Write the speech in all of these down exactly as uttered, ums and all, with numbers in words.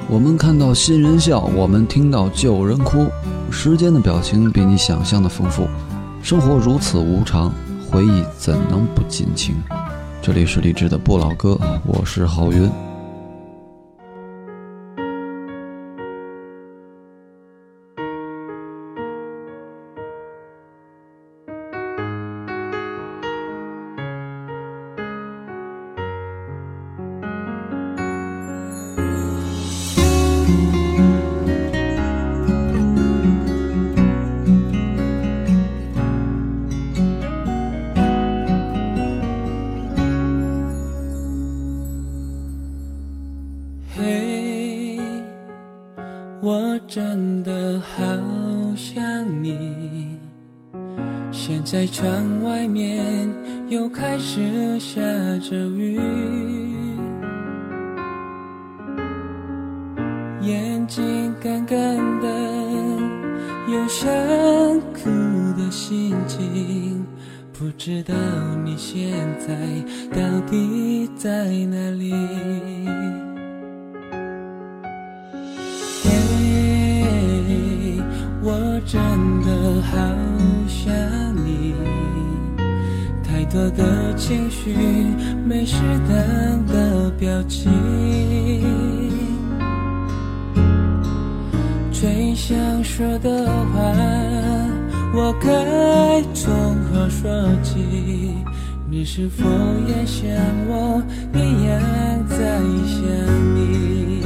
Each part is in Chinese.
我们看到新人笑，我们听到旧人哭。时间的表情比你想象的丰富，生活如此无常，回忆怎能不尽情？这里是励志的不老歌，我是郝云。 我真的好想你，现在窗外面又开始下着雨，眼睛干干的，有想哭的心情，不知道你现在到底在哪里。我真的好想你，太多的情绪，没适当的表情，最想说的话，我该从何说起？你是否也像我一样在想你？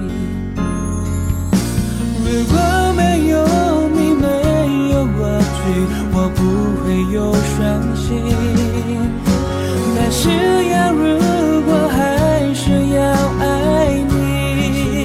如果没有你，没有我去，我不会有伤心。但是要如果还是要爱你，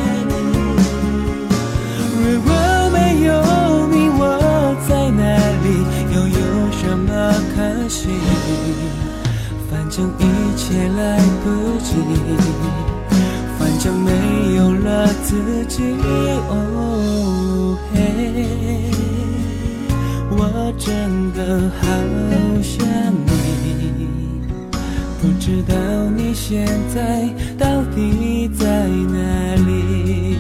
如果没有你，我在哪里，又有什么可惜？反正一切来不及，反正没有了自己。哦嘿，我真的好想你，不知道你现在到底在哪里？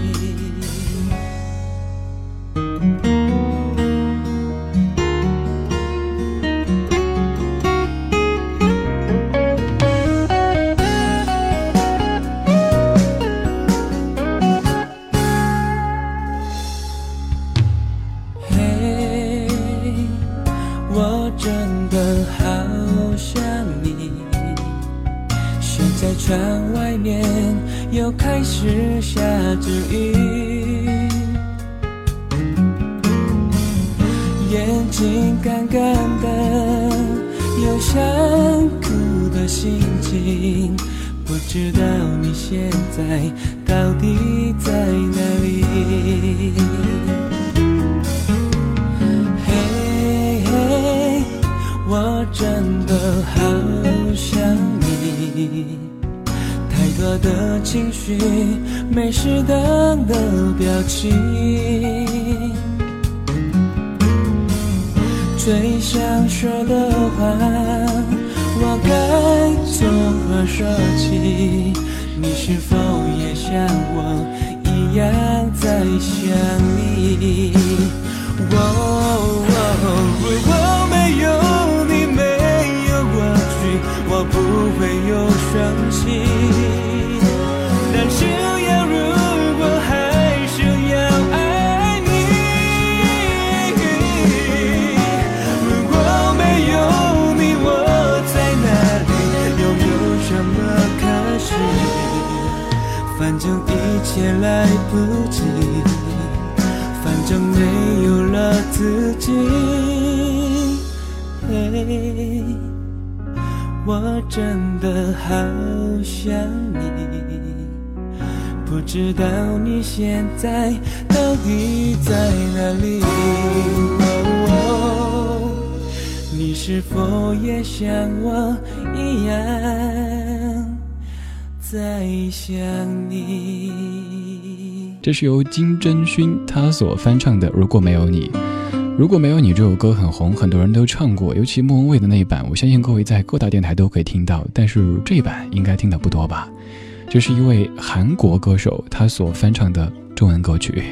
窗外面又开始下着雨，眼睛干干的，有想哭的心情，不知道你现在到底在哪里？嘿嘿，我真的好想你，太多的情绪，没适当的表情，最想说的话，我该从何说起？你是否也像我一样在想你？哦哦，如果没有你，没有过去，我不会有伤心。但是要如果还是要爱你，如果没有你，我在哪里，又有什么可惜？反正一切来不及，反正没有了自己。嘿，我真的好想你，不知道你现在到底在哪里？哦，你是否也像我一样在想你？ 这是由金桢勋他所翻唱的《如果没有你》。如果没有你这首歌很红，很多人都唱过，尤其莫文蔚的那一版，我相信各位在各大电台都可以听到，但是这一版应该听的不多吧。 这是一位韩国歌手他所翻唱的中文歌曲。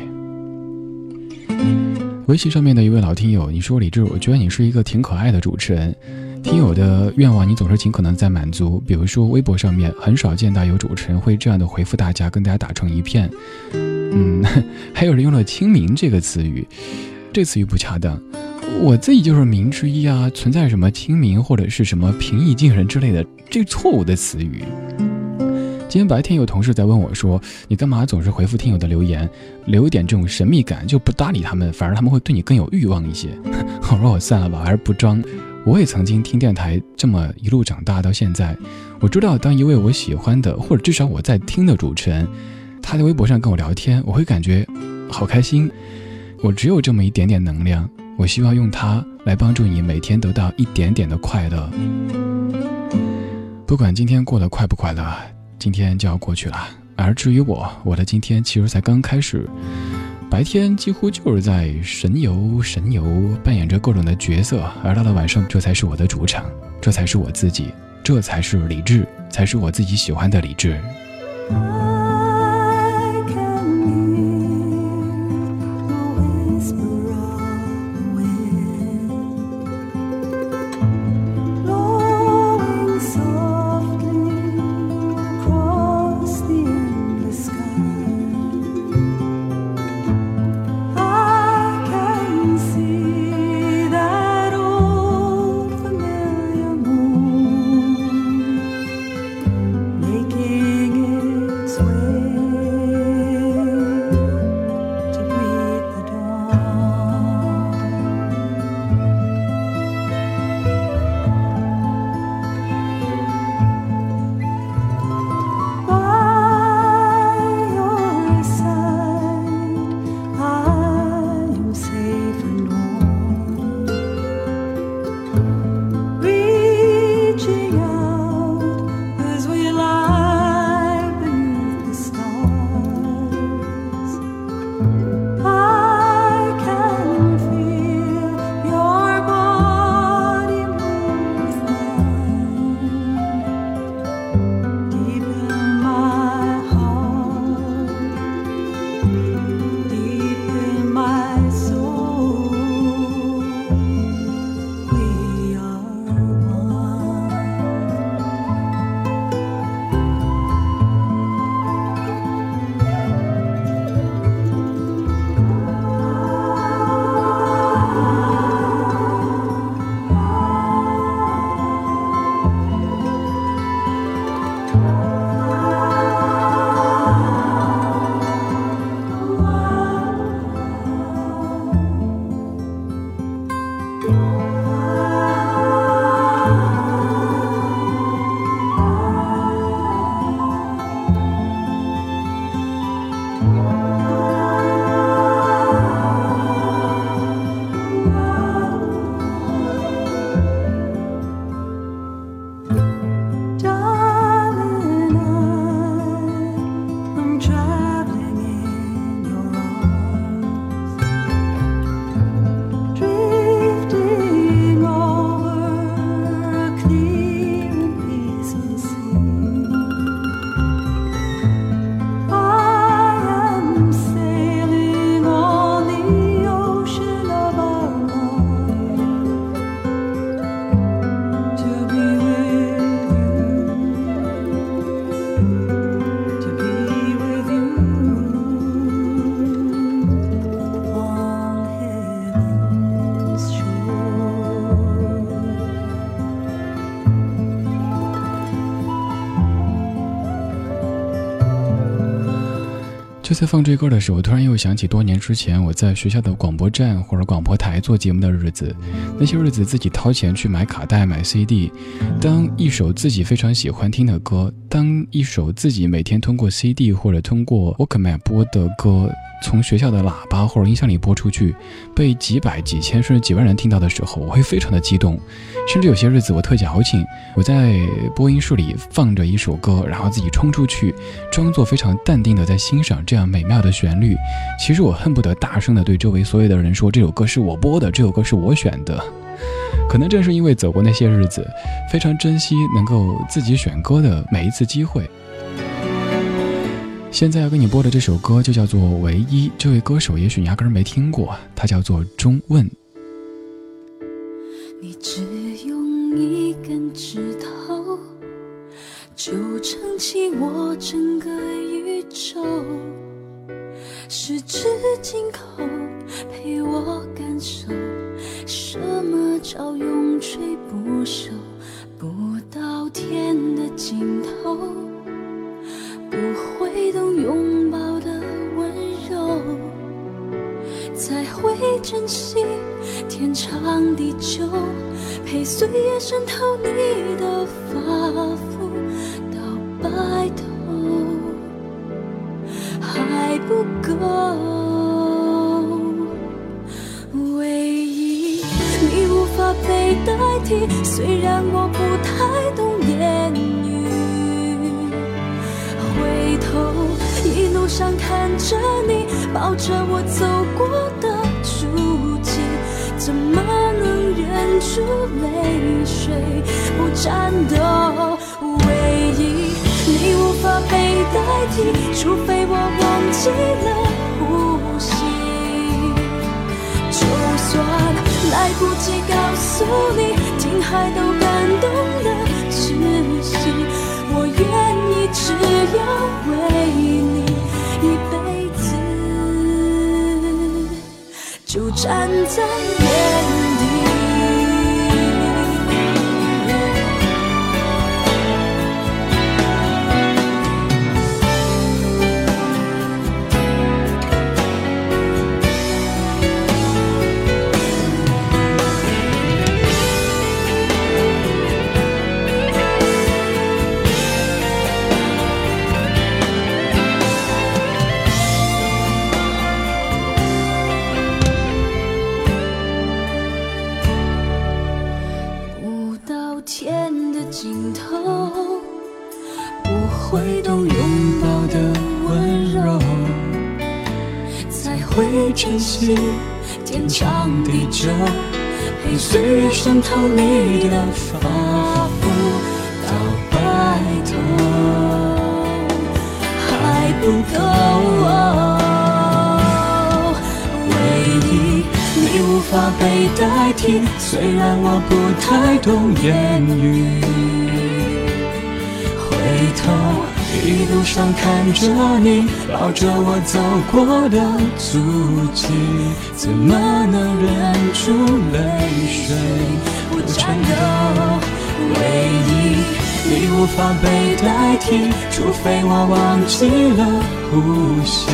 微信上面的一位老听友，你说李志，我觉得你是一个挺可爱的主持人，听友的愿望你总是尽可能在满足，比如说微博上面很少见到有主持人会这样的回复大家，跟大家打成一片。嗯，还有人用了亲民这个词语，这词语不恰当，我自己就是民之一啊，存在什么亲民或者是什么平易近人之类的这错误的词语。今天白天有同事在问我说，你干嘛总是回复听友的留言，留一点这种神秘感，就不搭理他们，反而他们会对你更有欲望一些。我说我算了吧，还是不装。我也曾经听电台这么一路长大到现在，我知道当一位我喜欢的或者至少我在听的主持人，他在微博上跟我聊天，我会感觉好开心。我只有这么一点点能量，我希望用它来帮助你每天得到一点点的快乐。不管今天过得快不快乐，今天就要过去了。而至于我，我的今天其实才刚开始。白天几乎就是在神游神游，扮演着各种的角色，而到了晚上，这才是我的主场，这才是我自己，这才是理智，才是我自己喜欢的理智。就在放这歌的时候，突然又想起多年之前我在学校的广播站或者广播台做节目的日子。那些日子自己掏钱去买卡带买 C D， 当一首自己非常喜欢听的歌，当一首自己每天通过 C D 或者通过 Walkman 播的歌从学校的喇叭或者音箱里播出去，被几百几千甚至几万人听到的时候，我会非常的激动。甚至有些日子我特矫情，我在播音室里放着一首歌，然后自己冲出去，装作非常淡定的在欣赏这样美妙的旋律。其实我恨不得大声的对周围所有的人说，这首歌是我播的，这首歌是我选的。可能正是因为走过那些日子，非常珍惜能够自己选歌的每一次机会。 现在要跟你播的这首歌就叫做《唯一》，这位歌手也许你压根儿没听过，他叫做钟问。 你只用一根指头就撑起我整个宇宙，十指紧扣陪我感受什么叫永垂不朽，不到天的尽头，不会懂拥抱的温柔，才会珍惜天长地久，陪岁月渗透你的发肤到白头，还不够唯一，你无法被代替，虽然我不太懂言语，回头一路上看着你抱着我走过的足迹，怎么能忍住泪水不颤抖，唯一你无法被代替，除非我忘记了呼吸，就算来不及告诉你，听海都感动的窒息，我愿意只要为你一辈子就站在原地。会珍惜天长地久，陪岁月渗透你的发肤到白头，还不够唯一你无法被代替，虽然我不太懂言语，回头一路上看着你抱着我走过的足迹，怎么能忍住泪水不颤抖，唯一你无法被代替，除非我忘记了呼吸，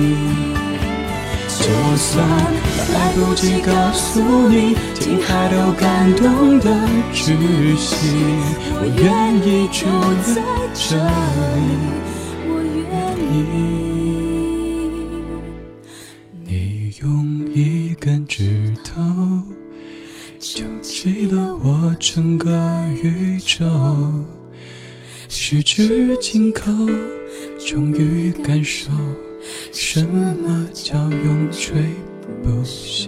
就算来不及告诉你，听海都感动的窒息，我愿意住在这里，我愿意。你用一根指头就记了我整个宇宙，十指紧扣，终于感受什么叫永垂不朽。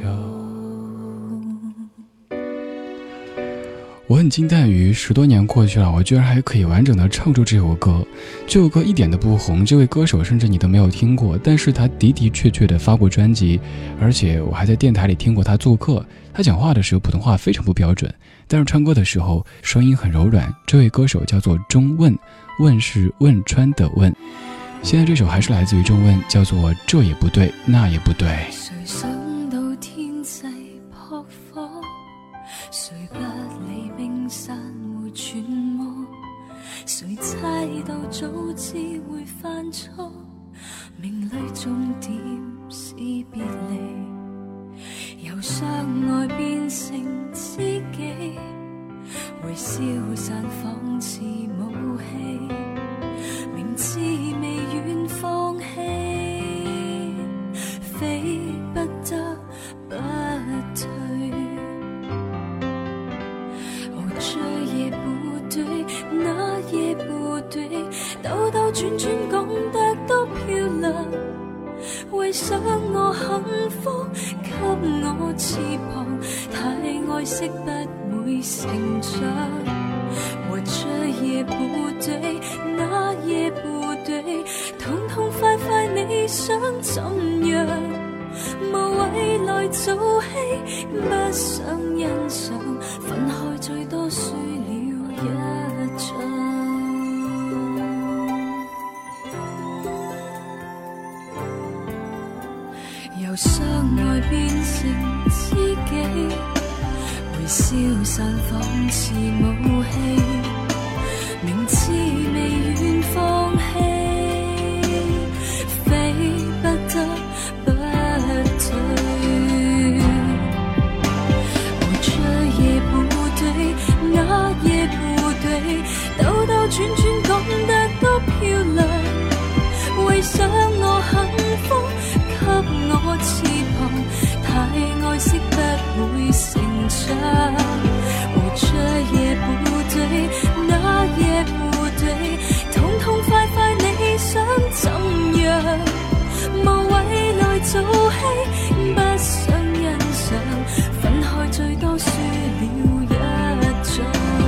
我很惊叹于十多年过去了，我居然还可以完整的唱出这首歌。这首歌一点都不红，这位歌手甚至你都没有听过，但是他的的确确的发过专辑，而且我还在电台里听过他做客。他讲话的时候普通话非常不标准，但是唱歌的时候声音很柔软。这位歌手叫做钟问，问是汶川的问。现在这首还是来自于钟问，叫做这也不对那也不对。 谁想到天际扑火，谁不理冰山會轉魔，誰猜到早知會犯錯，命裏終點是別離，由相愛變成知己，會消散仿似武器，明知未願放棄，非不得不退。哦，這也不對，那也不對，兜兜轉轉講得多漂亮，為想我幸福，給我翅膀，太愛惜不會成長。我這也不對，那也不對，統統早曦，不想欣赏，分开最多输了一场。由相愛變成知己，會消散仿似武器，明知未願放棄，非不得不退。我這夜不對，那夜不對，兜兜轉轉講得多漂亮，為想我幸福給我翅膀，太愛惜不會成長。我這夜不對，那夜不對，痛痛快快你想怎樣？無謂來做戲，不想欣賞，分開最多輸了一場。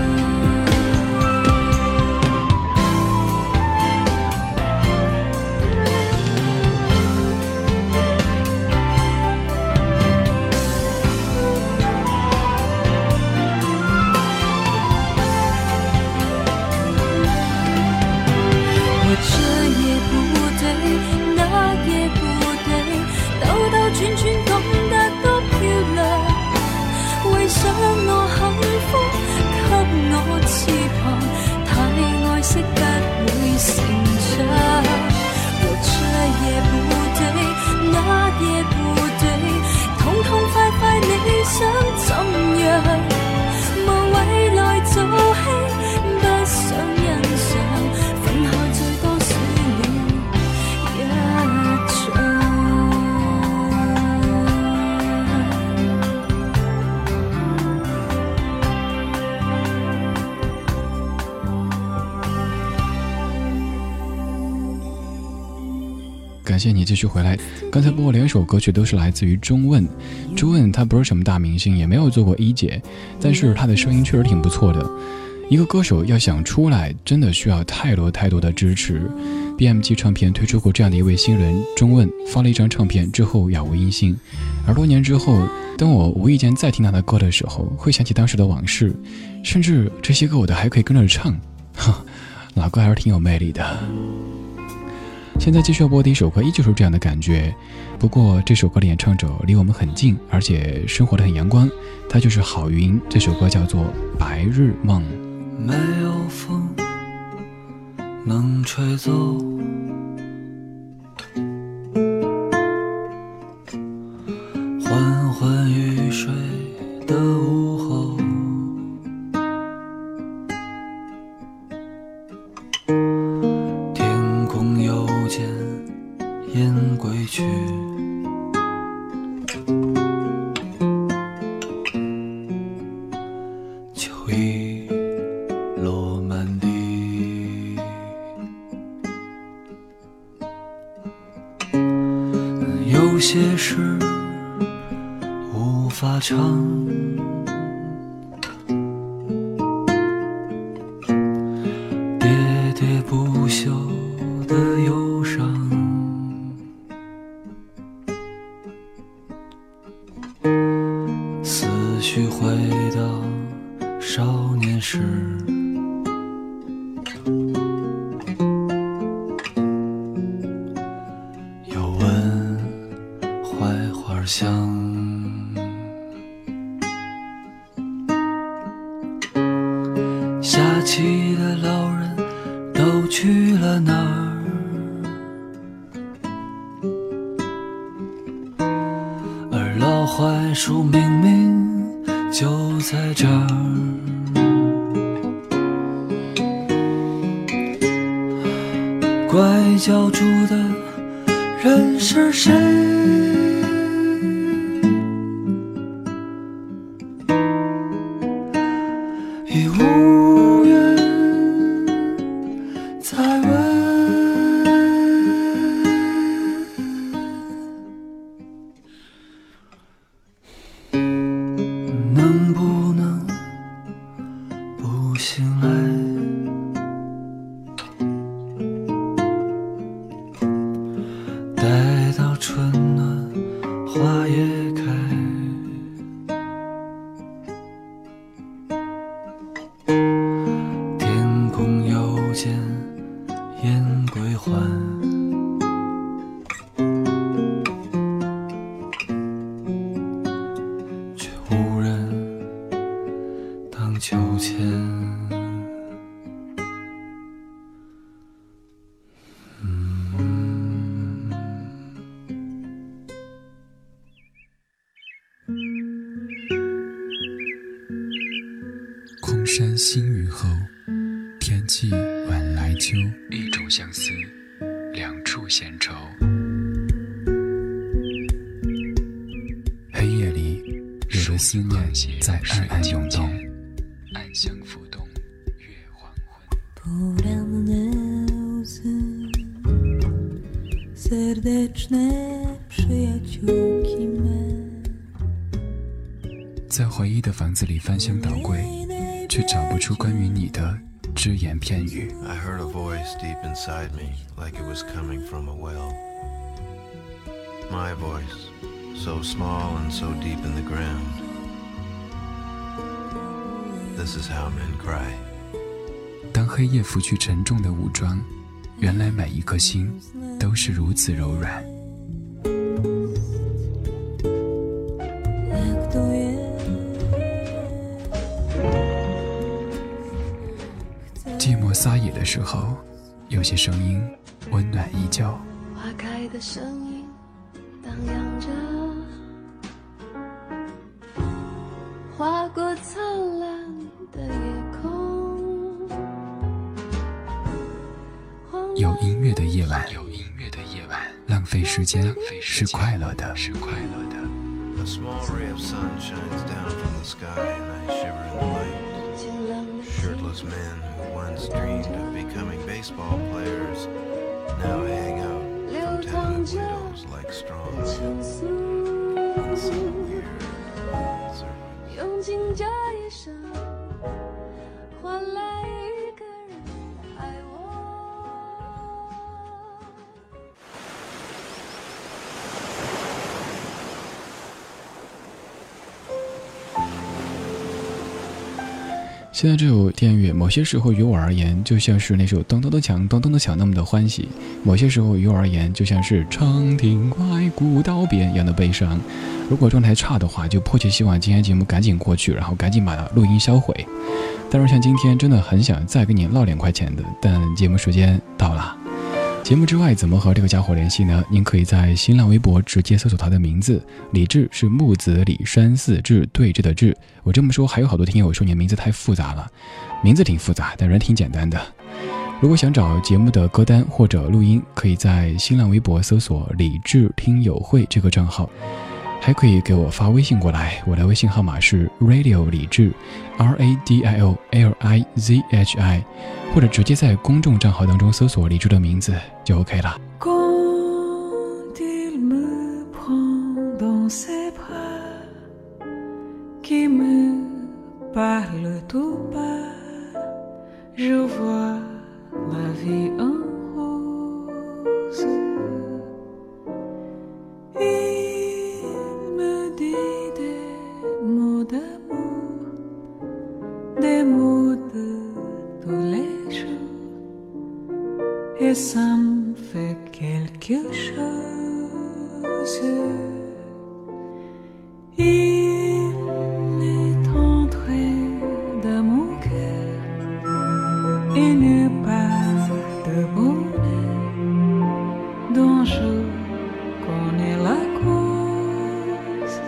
轉轉講得多漂亮，為想我幸福給我翅膀，太愛惜不會成長。和這夜不對，那夜不對，痛痛快快你想怎樣？無謂來做戲，不想欣賞，分開最多輸了一場。 感谢你继续回来。刚才播过两首歌曲都是来自于钟问。钟问他不是什么大明星，也没有做过一姐，但是他的声音确实挺不错的。一个歌手要想出来，真的需要太多太多的支持。B M G 唱片推出过这样的一位新人钟问，发了一张唱片之后杳无音信。而多年之后，当我无意间再听他的歌的时候，会想起当时的往事，甚至这些歌我都还可以跟着唱。哈，老歌还是挺有魅力的。现在继续要播的一首歌依旧是这样的感觉，不过这首歌的演唱者离我们很近，而且生活得很阳光，他就是郝云。这首歌叫做《白日梦》。 没有风能吹走缓缓欲睡的午后，天空又见雁归去，秋意落满地，有些事无法唱，喋喋不休的忧伤，思绪回到少年时，又闻槐花香，下棋的老人都去了哪儿？而老槐树明明就在这儿，拐角住的人是谁？已无人再问，能不能不醒来？待到春暖花也开。 山新雨后，天气晚来秋。一种相思，两处闲愁。黑夜里，有的思念在暗暗涌动，暗香浮动，月黄昏。在回忆的房子里翻箱倒柜，却找不出关于你的只言片语。 I heard a voice deep inside me, like it was coming from a well. My voice, so small and so deep in the ground. This is how men cry. 当黑夜拂去沉重的武装，原来每一颗心都是如此柔软。寂寞撒野的时候，有些声音温暖依旧。 花开的声音荡漾着，划过灿烂的夜空。 有音乐的夜晚，有音乐的夜晚，浪费时间是快乐的，是快乐的。 A small ray of sun shines down from the sky and I shiver in the light. Shirtless men who once dreamed of becoming baseball players now hang out from tenement windows like straw. And so weird, observant. 用尽这一生换来一个人爱我。 现在这首电乐，某些时候于我而言，就像是那首咚咚的锵，咚咚的锵那么的欢喜；某些时候于我而言，就像是长亭外，古道边一样的悲伤。如果状态差的话，就迫切希望今天节目赶紧过去，然后赶紧把录音销毁。但是像今天，真的很想再跟你唠两块钱的，但节目时间到了。节目之外怎么和这个家伙联系呢？您可以在新浪微博直接搜索他的名字，李志是木子李山寺志对峙的志。我这么说还有好多听友说你的名字太复杂了，名字挺复杂但人挺简单的。如果想找节目的歌单或者录音，可以在新浪微博搜索李志听友会这个账号，还可以给我发微信过来，我的微信号码是 radio 李志 R A D I O L I Z H I， 或者直接在公众账号当中搜索李志的名字就 OK 了。 Quand il me prend dans ses bras, qui me parle tout bas, je vois la vie en rose. D'amour, des mots de tous les jours, et ça me fait quelque chose. Il est entré dans mon cœur et ne pas de bonheur dont je connais la cause.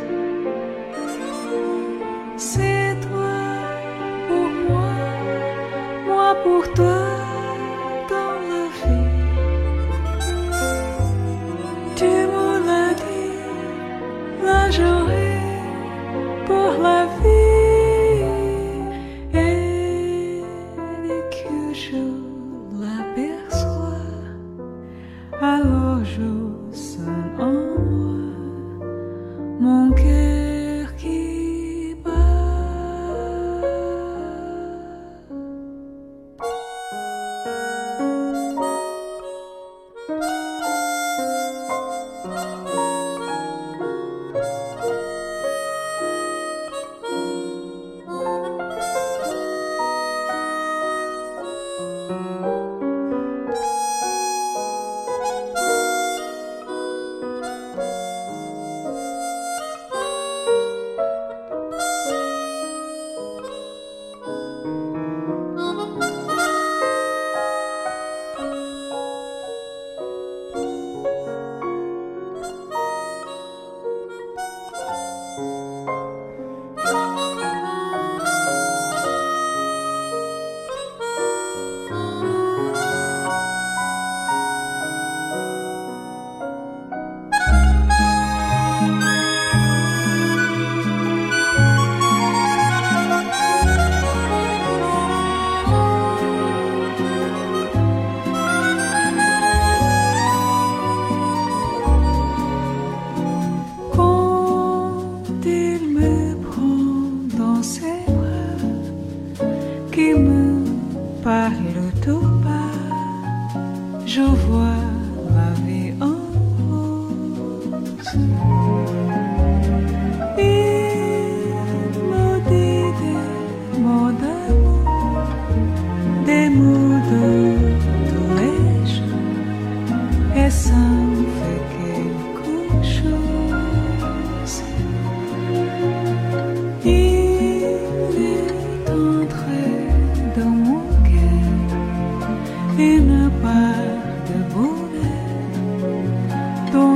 C'est toi pour moi, moi pour toi dans la vie. Tu me l'as dit, la journée pour la vie. Et dès que je l'aperçois, alors je sonne en moi.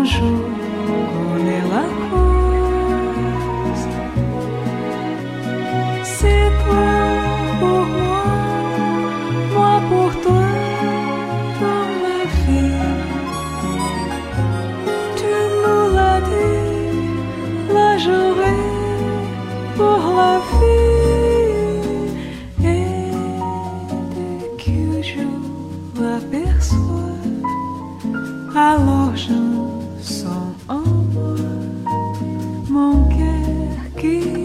un jour connaît la cause. C'est toi pour moi, moi pour toi, dans ma vie. Tu nous l'as dit, la journée pour la vie. Et dès que je l'aperçois, alors je sens en moi mon cœur qui